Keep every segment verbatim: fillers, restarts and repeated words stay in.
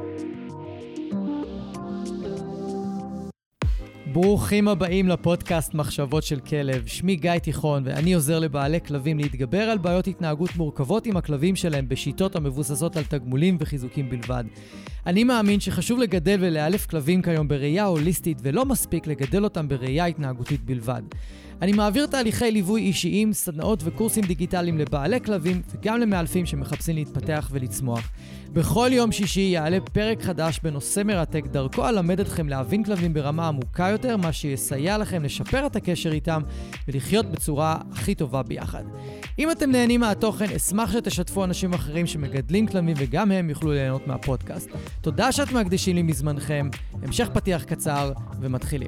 ברוכים הבאים לפודקאסט מחשבות של כלב. שמי גיא תיכון ואני עוזר לבעלי כלבים להתגבר על בעיות התנהגות מורכבות עם הכלבים שלהם בשיטות המבוססות על תגמולים וחיזוקים בלבד. אני מאמין שחשוב לגדל ולאלף כלבים כיום בראייה הוליסטית ולא מספיק לגדל אותם בראייה התנהגותית בלבד. אני מעביר תהליכי ליווי אישיים, סדנאות וקורסים דיגיטליים לבעלי כלבים וגם למאלפים שמחפשים להתפתח ולצמוח. בכל יום שישי יעלה פרק חדש בנושא מרתק, דרכו אלמד אתכם להבין כלבים ברמה עמוקה יותר, מה שיסייע לכם לשפר את הקשר איתם ולחיות בצורה הכי טובה ביחד. אם אתם נהנים מהתוכן, אשמח שתשתפו אנשים אחרים שמגדלים כלבים וגם הם יוכלו ליהנות מהפודקאסט. תודה שאת מקדישים לי מזמנכם, המשך פתיח קצר ומתחילים.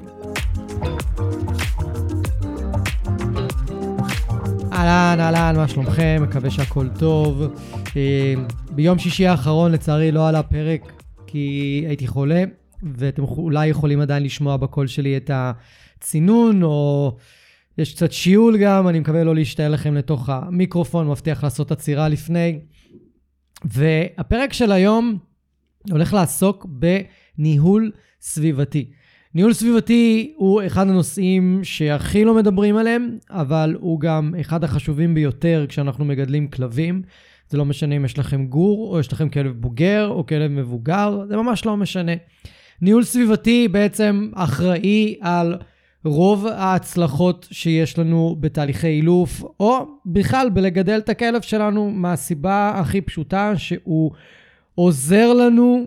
אהלן, אהלן, מה שלומכם? מקווה שהכל טוב. ביום שישי האחרון לצערי לא עלה פרק כי הייתי חולה, ואתם אולי יכולים עדיין לשמוע בקול שלי את הצינון, או יש קצת שיעול גם, אני מקווה לא להשתעל לכם לתוך המיקרופון, מבטיח לעשות עצירה לפני. והפרק של היום הולך לעסוק בניהול סביבתי. ניהול סביבתי הוא אחד הנושאים שהכי לא מדברים עליהם, אבל הוא גם אחד החשובים ביותר כשאנחנו מגדלים כלבים. זה לא משנה אם יש לכם גור, או יש לכם כלב בוגר, או כלב מבוגר, זה ממש לא משנה. ניהול סביבתי בעצם אחראי על רוב ההצלחות שיש לנו בתהליכי אילוף, או בכלל בלגדל את הכלב שלנו, מהסיבה הכי פשוטה שהוא עוזר לנו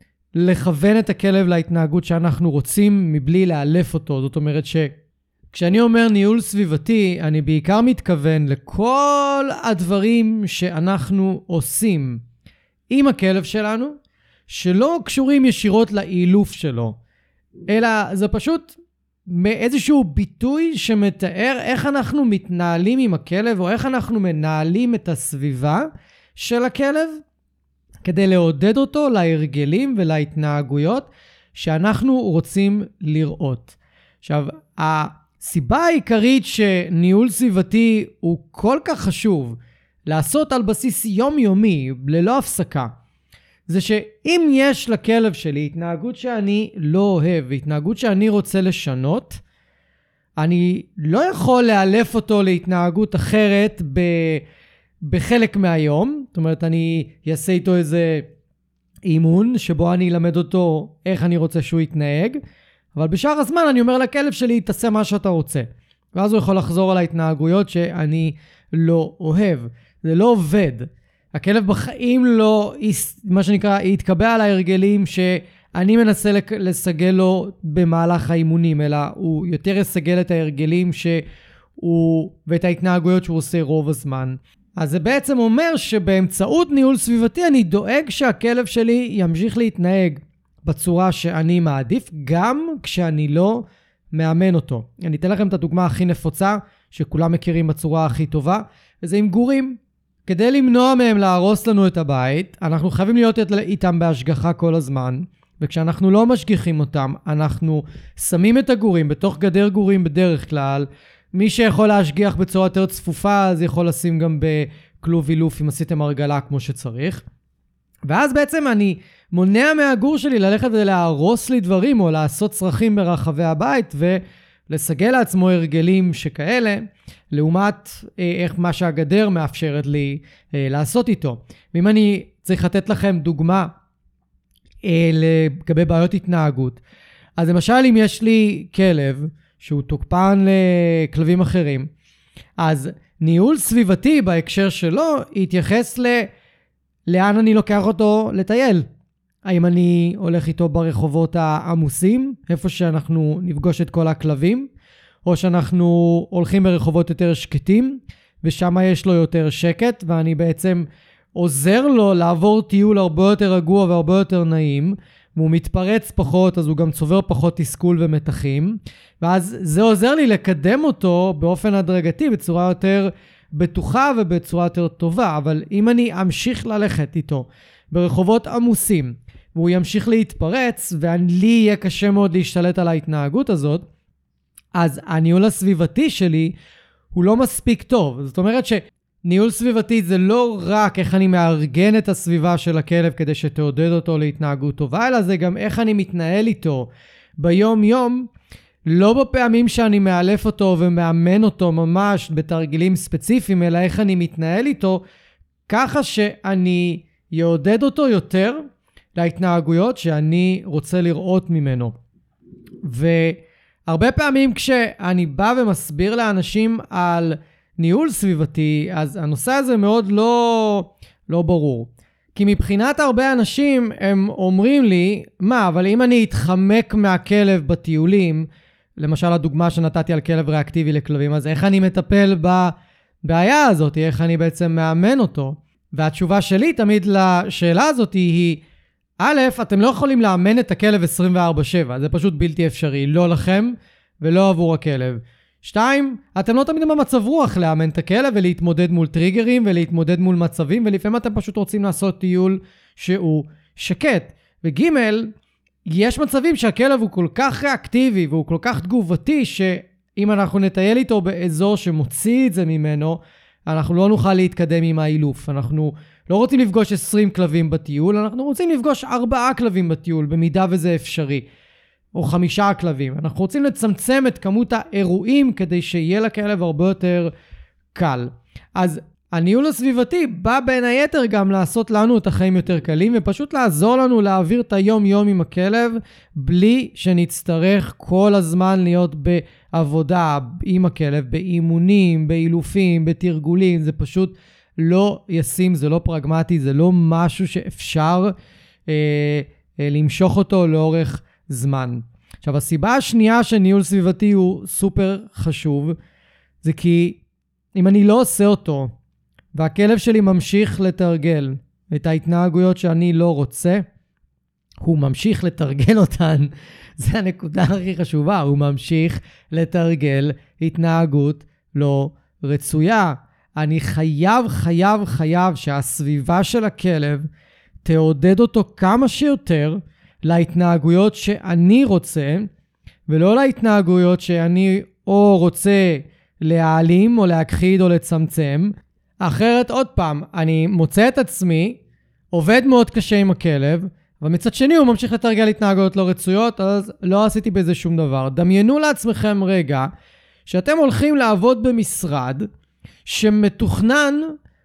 לכוון את הכלב להתנהגות שאנחנו רוצים מבלי לאלף אותו. זאת אומרת שכשאני אומר ניהול סביבתי, אני בעיקר מתכוון לכל הדברים שאנחנו עושים עם הכלב שלנו, שלא קשורים ישירות לאילוף שלו, אלא זה פשוט מאיזשהו ביטוי שמתאר איך אנחנו מתנהלים עם הכלב, או איך אנחנו מנהלים את הסביבה של הכלב, כדי לעודד אותו להרגלים ולהתנהגויות שאנחנו רוצים לראות. עכשיו, הסיבה העיקרית שניהול סביבתי הוא כל כך חשוב לעשות על בסיס יומיומי, ללא הפסקה, זה שאם יש לכלב שלי התנהגות שאני לא אוהב, והתנהגות שאני רוצה לשנות, אני לא יכול לאלף אותו להתנהגות אחרת ב... בחלק מהיום. זאת אומרת, אני אעשה איתו איזה אימון שבו אני אלמד אותו איך אני רוצה שהוא יתנהג, אבל בשאר הזמן אני אומר לכלב שלי, תעשה מה שאתה רוצה. ואז הוא יכול לחזור על ההתנהגויות שאני לא אוהב. זה לא עובד. הכלב בחיים לא, מה שנקרא, יתקבע על ההרגלים שאני מנסה לסגל לו במהלך האימונים, אלא הוא יותר יסגל את ההרגלים שהוא, ואת ההתנהגויות שהוא עושה רוב הזמן. אז זה בעצם אומר שבאמצעות ניהול סביבתי אני דואג שהכלב שלי ימשיך להתנהג בצורה שאני מעדיף, גם כשאני לא מאמן אותו. אני אתן לכם את הדוגמה הכי נפוצה, שכולם מכירים בצורה הכי טובה, וזה עם גורים. כדי למנוע מהם להרוס לנו את הבית, אנחנו חייבים להיות איתם בהשגחה כל הזמן, וכשאנחנו לא משגיחים אותם, אנחנו שמים את הגורים בתוך גדר גורים בדרך כלל. מי שיכול להשגיח בצורה יותר צפופה, אז יכול לשים גם בכלוב אילוף אם עשיתם הרגלה כמו שצריך. ואז בעצם אני מונע מהגור שלי ללכת ולהרוס לי דברים, או לעשות צרכים ברחבי הבית, ולסגל לעצמו הרגלים שכאלה, לעומת איך מה שהגדר מאפשרת לי לעשות איתו. ואם אני צריך לתת לכם דוגמה לגבי בעיות התנהגות, אז למשל אם יש לי כלב, שהוא תוקפן לכלבים אחרים, אז ניהול סביבתי בהקשר שלו יתייחס ל... לאן אני לוקח אותו לטייל. האם אני הולך איתו ברחובות העמוסים, איפה שאנחנו נפגוש את כל הכלבים, או שאנחנו הולכים ברחובות יותר שקטים, ושם יש לו יותר שקט, ואני בעצם עוזר לו לעבור טיול הרבה יותר רגוע והרבה יותר נעים, והוא מתפרץ פחות, אז הוא גם צובר פחות תסכול ומתחים, ואז זה עוזר לי לקדם אותו באופן הדרגתי, בצורה יותר בטוחה ובצורה יותר טובה. אבל אם אני אמשיך ללכת איתו ברחובות עמוסים, והוא ימשיך להתפרץ, ולי יהיה קשה מאוד להשתלט על ההתנהגות הזאת, אז הניהול הסביבתי שלי הוא לא מספיק טוב. זאת אומרת ניהול סביבתי זה לא רק איך אני מארגן את הסביבה של הכלב כדי שתעודד אותו להתנהגות טובה, אלא זה גם איך אני מתנהל איתו ביום יום, לא בפעמים שאני מאלף אותו ומאמן אותו ממש בתרגילים ספציפיים, אלא איך אני מתנהל איתו, ככה שאני יעודד אותו יותר להתנהגויות שאני רוצה לראות ממנו. והרבה פעמים כשאני בא ומסביר לאנשים על ניהול סביבתי, אז הנושא הזה מאוד לא, לא ברור. כי מבחינת הרבה אנשים הם אומרים לי, מה, אבל אם אני אתחמק מהכלב בטיולים, למשל הדוגמה שנתתי על כלב ריאקטיבי לכלבים, אז איך אני מטפל בבעיה הזאת? איך אני בעצם מאמן אותו? והתשובה שלי תמיד לשאלה הזאת היא, א', אתם לא יכולים לאמן את הכלב עשרים וארבע שבע, זה פשוט בלתי אפשרי, לא לכם ולא עבור הכלב. שתיים, אתם לא תמיד במצב רוח לאמן את הכלב ולהתמודד מול טריגרים ולהתמודד מול מצבים, ולפעמים אתם פשוט רוצים לעשות טיול שהוא שקט. וג', יש מצבים שהכלב הוא כל כך ריאקטיבי והוא כל כך תגובתי, שאם אנחנו נטייל איתו באזור שמוציא את זה ממנו, אנחנו לא נוכל להתקדם עם האילוף. אנחנו לא רוצים לפגוש עשרים כלבים בטיול, אנחנו רוצים לפגוש ארבעה כלבים בטיול, במידה וזה אפשרי. או חמישה כלבים. אנחנו רוצים לצמצם את כמות האירועים כדי שיהיה לכלב הרבה יותר קל. אז הניהול הסביבתי בא בין היתר גם לעשות לנו את החיים יותר קלים, ופשוט לעזור לנו להעביר את היום יום עם הכלב, בלי שנצטרך כל הזמן להיות בעבודה עם הכלב, באימונים, באילופים, בתרגולים. זה פשוט לא ישים, זה לא פרגמטי, זה לא משהו שאפשר אה, אה, למשוך אותו לאורך זמן. עכשיו, הסיבה השנייה שניהול סביבתי הוא סופר חשוב, זה כי אם אני לא עושה אותו, והכלב שלי ממשיך לתרגל את ההתנהגויות שאני לא רוצה, הוא ממשיך לתרגל אותן, זה הנקודה הכי חשובה, הוא ממשיך לתרגל התנהגות לא רצויה. אני חייב, חייב, חייב שהסביבה של הכלב תעודד אותו כמה שיותר להתנהגויות שאני רוצה, ולא להתנהגויות שאני או רוצה להעלים או להכחיד או לצמצם. אחרת עוד פעם, אני מוצא את עצמי, עובד מאוד קשה עם הכלב, ומצד שני הוא ממשיך לתרגל התנהגויות לא רצויות, אז לא עשיתי בזה שום דבר. דמיינו לעצמכם רגע, שאתם הולכים לעבוד במשרד, שמתוכנן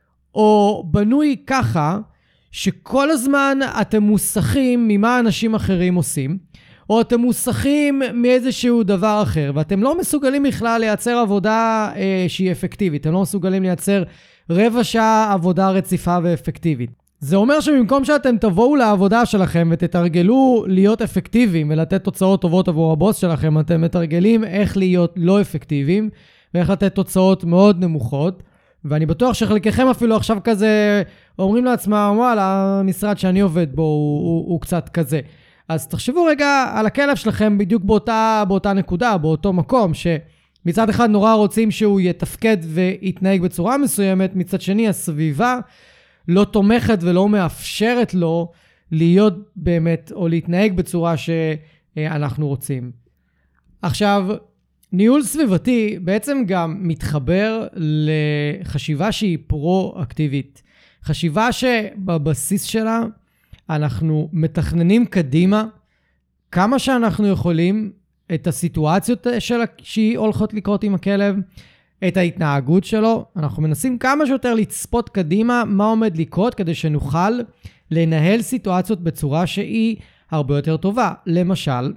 או בנוי ככה, שכל הזמן אתם מוסכים ממה אנשים אחרים עושים, או אתם מוסכים מאיזשהו דבר אחר, ואתם לא מסוגלים בכלל לייצר עבודה אה, שהיא אפקטיבית, אתם לא מסוגלים לייצר רבע שעה עבודה רציפה ואפקטיבית. זה אומר שבמקום שאתם תבואו לעבודה שלכם ותתרגלו להיות אפקטיביים ולתת תוצאות טובות עבור הבוס שלכם, אתם מתרגלים איך להיות לא אפקטיביים ואיך לתת תוצאות מאוד נמוכות. ואני בטוח שחלקכם אפילו עכשיו כזה אומרים לעצמם, וואלה, המשרד שאני עובד בו הוא, הוא, הוא קצת כזה. אז תחשבו רגע על הכלב שלכם בדיוק באותה, באותה נקודה, באותו מקום, שמצד אחד נורא רוצים שהוא יתפקד ויתנהג בצורה מסוימת, מצד שני הסביבה לא תומכת ולא מאפשרת לו להיות באמת, או להתנהג בצורה שאנחנו רוצים. עכשיו, ניהול סביבתי בעצם גם מתחבר לחשיבה שהיא פרו-אקטיבית. חשיבה שבבסיס שלה אנחנו מתכננים קדימה כמה שאנחנו יכולים את הסיטואציות שלה שהיא הולכות לקרות עם הכלב, את ההתנהגות שלו. אנחנו מנסים כמה שיותר לצפות קדימה מה עומד לקרות כדי שנוכל לנהל סיטואציות בצורה שהיא הרבה יותר טובה. למשל,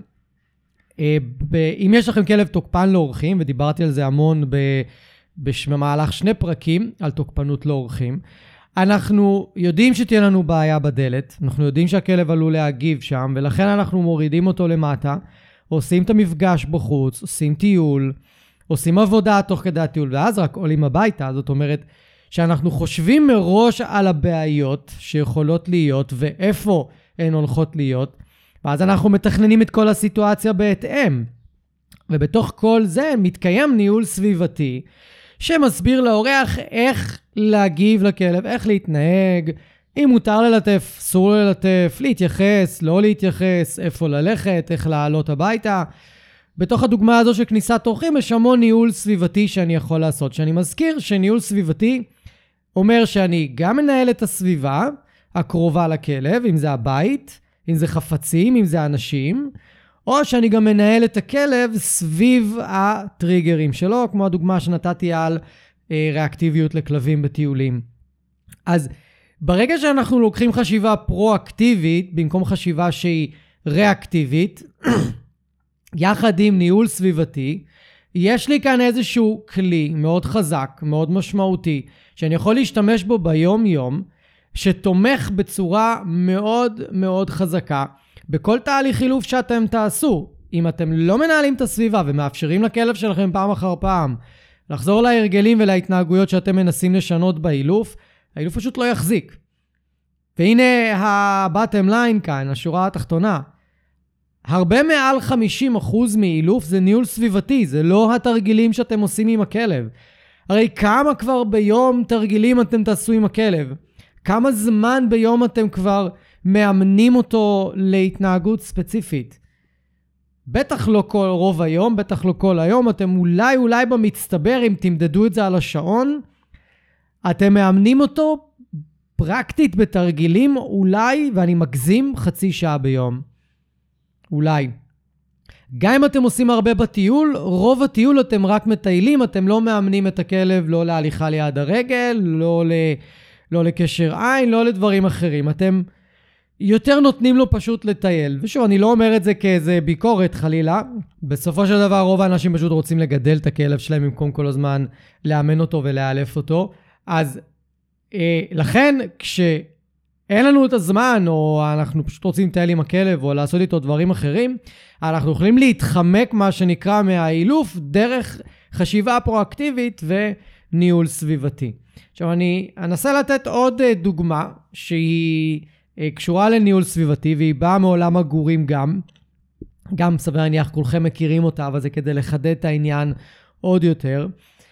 אם יש לכם כלב תוקפן לאורחים, ודיברתי על זה המון במהלך שני פרקים על תוקפנות לאורחים, אנחנו יודעים שתהיה לנו בעיה בדלת, אנחנו יודעים שהכלב עלול להגיב שם, ולכן אנחנו מורידים אותו למטה, עושים את המפגש בחוץ, עושים טיול, עושים עבודה תוך כדי הטיול, ואז רק עולים הביתה. זאת אומרת שאנחנו חושבים מראש על הבעיות שיכולות להיות, ואיפה הן הולכות להיות, ואז אנחנו מתכננים את כל הסיטואציה בהתאם. ובתוך כל זה מתקיים ניהול סביבתי, שמסביר לאורח איך להגיב לכלב, איך להתנהג, אם מותר ללטף, אסור ללטף, להתייחס, לא להתייחס, איפה ללכת, איך לעלות הביתה. בתוך הדוגמה הזו של כניסת אורחים יש המון ניהול סביבתי שאני יכול לעשות, שאני מזכיר שניהול סביבתי אומר שאני גם מנהל את הסביבה הקרובה לכלב, אם זה הבית, אם זה חפצים, אם זה אנשים, או שאני גם מנהל את הכלב סביב הטריגרים שלו, כמו הדוגמה שנתתי על אה, ריאקטיביות לכלבים בטיולים. אז ברגע שאנחנו לוקחים חשיבה פרו-אקטיבית, במקום חשיבה שהיא ריאקטיבית, יחד עם ניהול סביבתי, יש לי כאן איזשהו כלי מאוד חזק, מאוד משמעותי, שאני יכול להשתמש בו ביום יום, שתומך בצורה מאוד מאוד חזקה, בכל תהליך חילוף שאתם תעשו. אם אתם לא מנהלים את הסביבה ומאפשרים לכלב שלכם פעם אחר פעם, לחזור להרגלים ולהתנהגויות שאתם מנסים לשנות באילוף, האילוף פשוט לא יחזיק. והנה ה-bottom line כאן, השורה התחתונה. הרבה מעל חמישים אחוז מאילוף זה ניהול סביבתי, זה לא התרגילים שאתם עושים עם הכלב. הרי כמה כבר ביום תרגילים אתם תעשו עם הכלב? כמה זמן ביום אתם כבר מאמנים אותו להתנהגות ספציפית? בטח לא כל רוב היום, בטח לא כל היום, אתם אולי אולי במצטבר, אם תמדדו את זה על השעון, אתם מאמנים אותו פרקטית בתרגילים אולי, ואני מגזים, חצי שעה ביום. אולי. גם אם אתם עושים הרבה בטיול, רוב הטיול אתם רק מטיילים, אתם לא מאמנים את הכלב, לא להליכה ליד הרגל, לא, ל... לא לקשר עין, לא לדברים אחרים. אתם יותר נותנים לו פשוט לטייל. ושוב, אני לא אומר את זה כאיזה ביקורת חלילה. בסופו של דבר, רוב האנשים פשוט רוצים לגדל את הכלב שלהם במקום כל הזמן לאמן אותו ולאלף אותו. אז אה, לכן, כשאין לנו את הזמן, או אנחנו פשוט רוצים לטייל עם הכלב, או לעשות איתו דברים אחרים, אנחנו יכולים להתחמק מה שנקרא מהאילוף, דרך חשיבה פרואקטיבית וניהול סביבתי. עכשיו, אני אנסה לתת עוד דוגמה, שהיא קשורה לניהול סביבתי, והיא באה מעולם הגורים גם. גם סביר להניח, כולכם מכירים אותה, אבל זה כדי לחדד את העניין עוד יותר.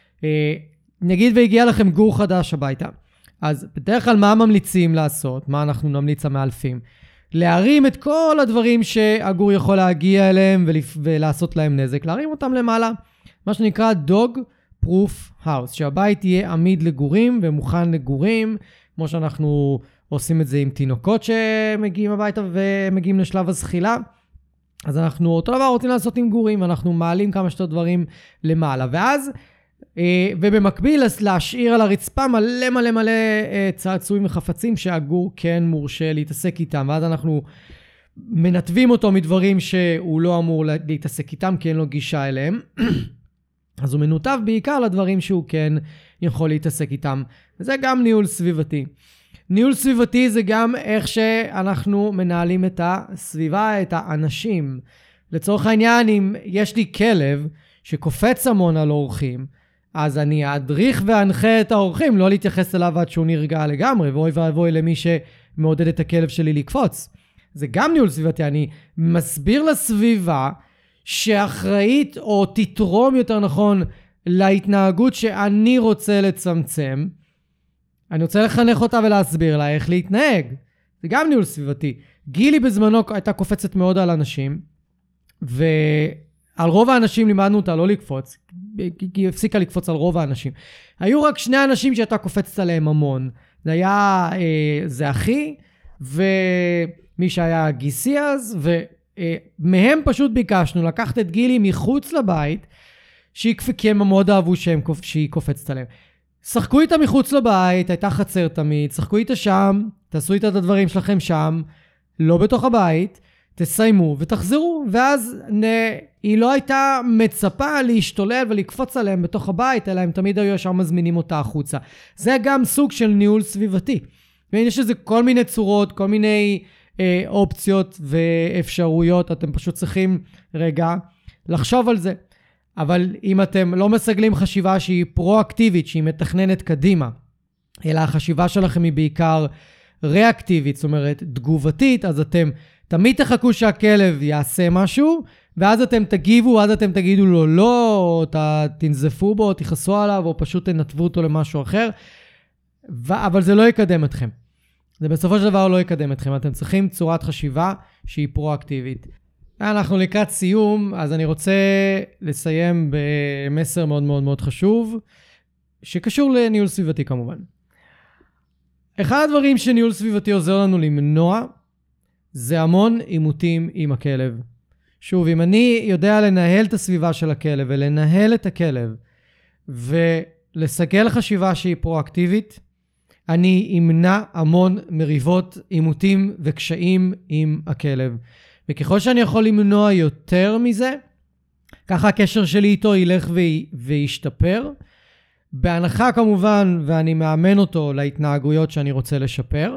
נגיד והגיע לכם גור חדש הביתה. אז בדרך כלל מה ממליצים לעשות? מה אנחנו נמליץ המאלפים? להרים את כל הדברים שהגור יכול להגיע אליהם ולעשות להם נזק. להרים אותם למעלה. מה שנקרא dog proof house. שהבית יהיה עמיד לגורים ומוכן לגורים. כמו שאנחנו עושים את זה עם תינוקות שמגיעים הביתה ומגיעים לשלב הזחילה. אז אנחנו אותו דבר רוצים לעשות עם גורים. אנחנו מעלים כמה שתי דברים למעלה. ואז ובמקביל להשאיר על הרצפה מלא מלא מלא צעצועים וחפצים שהגור כן מורשה להתעסק איתם, ואז אנחנו מנתבים אותו מדברים שהוא לא אמור להתעסק איתם כי אין לו גישה אליהם. אז הוא מנותב בעיקר לדברים שהוא כן יכול להתעסק איתם, וזה גם ניהול סביבתי. ניהול סביבתי זה גם איך שאנחנו מנהלים את הסביבה, את האנשים. לצורך העניין, אם יש לי כלב שקופץ המון על אורחים, אז אני אדריך ואנחה את האורחים, לא להתייחס אליו עד שהוא נרגע לגמרי, ואוי ואבוי למי שמעודד את הכלב שלי לקפוץ. זה גם ניהול סביבתי, אני מסביר לסביבה שאחראית או תתרום יותר נכון להתנהגות שאני רוצה לצמצם. אני רוצה לחנך אותה ולהסביר לה איך להתנהג. זה גם ניהול סביבתי. גילי בזמנו הייתה קופצת מאוד על אנשים, ו... על רוב האנשים לימדנו אותה לא לקפוץ, כי היא הפסיקה לקפוץ על רוב האנשים. היו רק שני אנשים שהייתה קופצת עליהם המון. זה היה, אה, זה אחי, ומי שהיה גיסי אז, ומהם פשוט ביקשנו לקחת את גילי מחוץ לבית, כי הם מאוד אהבו שהם, שהיא קופצת עליהם. שחקו איתה מחוץ לבית, הייתה חצר תמיד, שחקו איתה שם, תעשו איתה את הדברים שלכם שם, לא בתוך הבית, תסיימו ותחזרו, ואז נ... היא לא הייתה מצפה להשתולל ולקפוץ עליהם בתוך הבית, אלא הם תמיד היו ישר מזמינים אותה החוצה. זה גם סוג של ניהול סביבתי. ויש לזה כל מיני צורות, כל מיני אה, אופציות ואפשרויות, אתם פשוט צריכים רגע לחשוב על זה. אבל אם אתם לא מסגלים חשיבה שהיא פרו-אקטיבית, שהיא מתכננת קדימה, אלא החשיבה שלכם היא בעיקר ריאקטיבית, זאת אומרת תגובתית, אז אתם תמיד תחכו שהכלב יעשה משהו, ואז אתם תגיבו, ואז אתם תגידו לו לא, או תנזפו בו, או תכעסו עליו, או פשוט תנתבו אותו למשהו אחר, ו- אבל זה לא יקדם אתכם. זה בסופו של דבר לא יקדם אתכם. אתם צריכים צורת חשיבה שהיא פרו-אקטיבית. אנחנו לקראת סיום, אז אני רוצה לסיים במסר מאוד מאוד מאוד חשוב, שקשור לניהול סביבתי כמובן. אחד הדברים שניהול סביבתי עוזר לנו למנוע, זה המון עימותים עם הכלב. שוב, אם אני יודע לנהל את הסביבה של הכלב, ולנהל את הכלב, ולסגל חשיבה שהיא פרואקטיבית, אני אמנע המון מריבות, עימותים וקשיים עם הכלב. וככל שאני יכול למנוע יותר מזה, ככה הקשר שלי איתו ילך וישתפר. בהנחה כמובן, ואני מאמן אותו להתנהגויות שאני רוצה לשפר.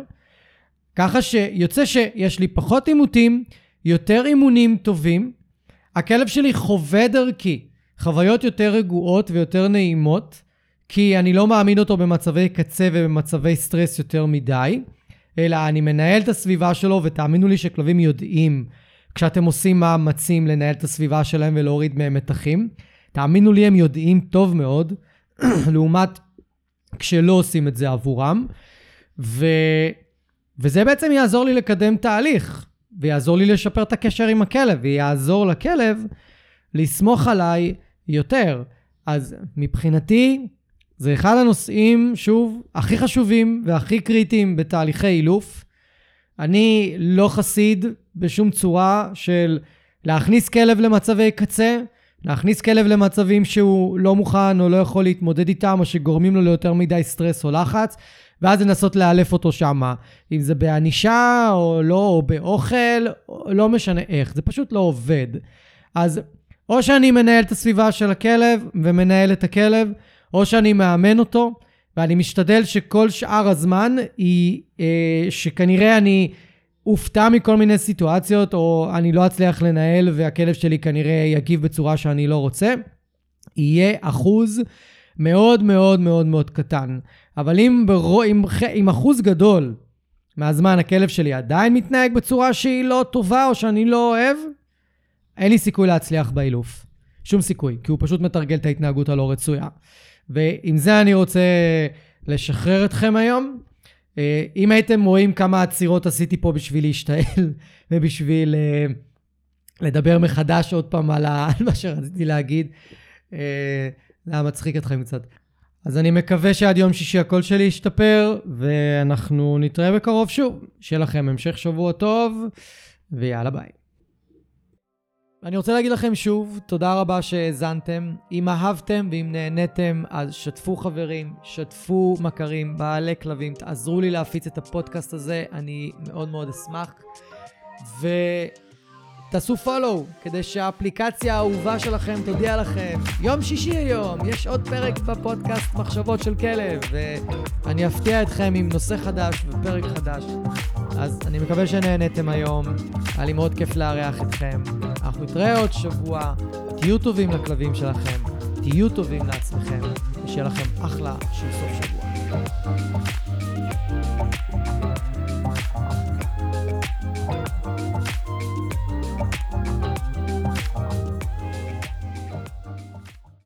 ככה שיוצא שיש לי פחות עימותים, יותר אימונים טובים. הכלב שלי חווה דרכי חוויות יותר רגועות ויותר נעימות, כי אני לא מאמין אותו במצבי קצה ובמצבי סטרס יותר מדי, אלא אני מנהל את הסביבה שלו, ותאמינו לי שכלבים יודעים כשאתם עושים מאמצים לנהל את הסביבה שלהם ולהוריד מהם מתחים. תאמינו לי, הם יודעים טוב מאוד, לעומת כשלא עושים את זה עבורם. ו... וזה בעצם יעזור לי לקדם תהליך, ויעזור לי לשפר את הקשר עם הכלב, ויעזור לכלב לסמוך עליי יותר. אז מבחינתי, זה אחד הנושאים, שוב, הכי חשובים והכי קריטיים בתהליכי אילוף. אני לא חסיד בשום צורה של להכניס כלב למצבי קצה, להכניס כלב למצבים שהוא לא מוכן או לא יכול להתמודד איתם, או שגורמים לו ליותר מדי סטרס או לחץ, ואז לנסות לאלף אותו שמה. אם זה באנישה או לא, או באוכל, לא משנה איך, זה פשוט לא עובד. אז או שאני מנהל את הסביבה של הכלב ומנהל את הכלב, או שאני מאמן אותו, ואני משתדל שכל שאר הזמן היא, אה, שכנראה אני אופתע מכל מיני סיטואציות, או אני לא אצליח לנהל והכלב שלי כנראה יגיב בצורה שאני לא רוצה, יהיה אחוז מאוד מאוד מאוד מאוד קטן. אבל אם, ברוא, אם, אם אחוז גדול מהזמן הכלב שלי עדיין מתנהג בצורה שהיא לא טובה או שאני לא אוהב, אין לי סיכוי להצליח באילוף. שום סיכוי, כי הוא פשוט מתרגל את ההתנהגות הלא רצויה. ועם זה אני רוצה לשחרר אתכם היום. אם הייתם רואים כמה עצירות עשיתי פה בשביל להשתעל, ובשביל לדבר מחדש עוד פעם על מה שרציתי להגיד, זה היה מצחיק אתכם קצת. אז אני מקווה שעד יום שישי הקול שלי ישתפר, ואנחנו נתראה בקרוב שוב. שיהיה לכם המשך שבוע טוב, ויאללה ביי. אני רוצה להגיד לכם שוב, תודה רבה שהאזנתם. אם אהבתם ואם נהניתם, אז שתפו חברים, שתפו מכרים, בעלי כלבים, תעזרו לי להפיץ את הפודקאסט הזה, אני מאוד מאוד אשמח. ותעשו פולו, כדי שהאפליקציה האהובה שלכם תודיע לכם. יום שישי היום, יש עוד פרק בפודקאסט מחשבות של כלב, ואני אפתיע אתכם עם נושא חדש ופרק חדש. אז אני מקווה שנהניתם היום, היה לי מאוד כיף לארח אתכם. אנחנו נתראה עוד שבוע, תהיו טובים לכלבים שלכם, תהיו טובים לעצמכם, ושיהיה לכם אחלה של סוף שבוע.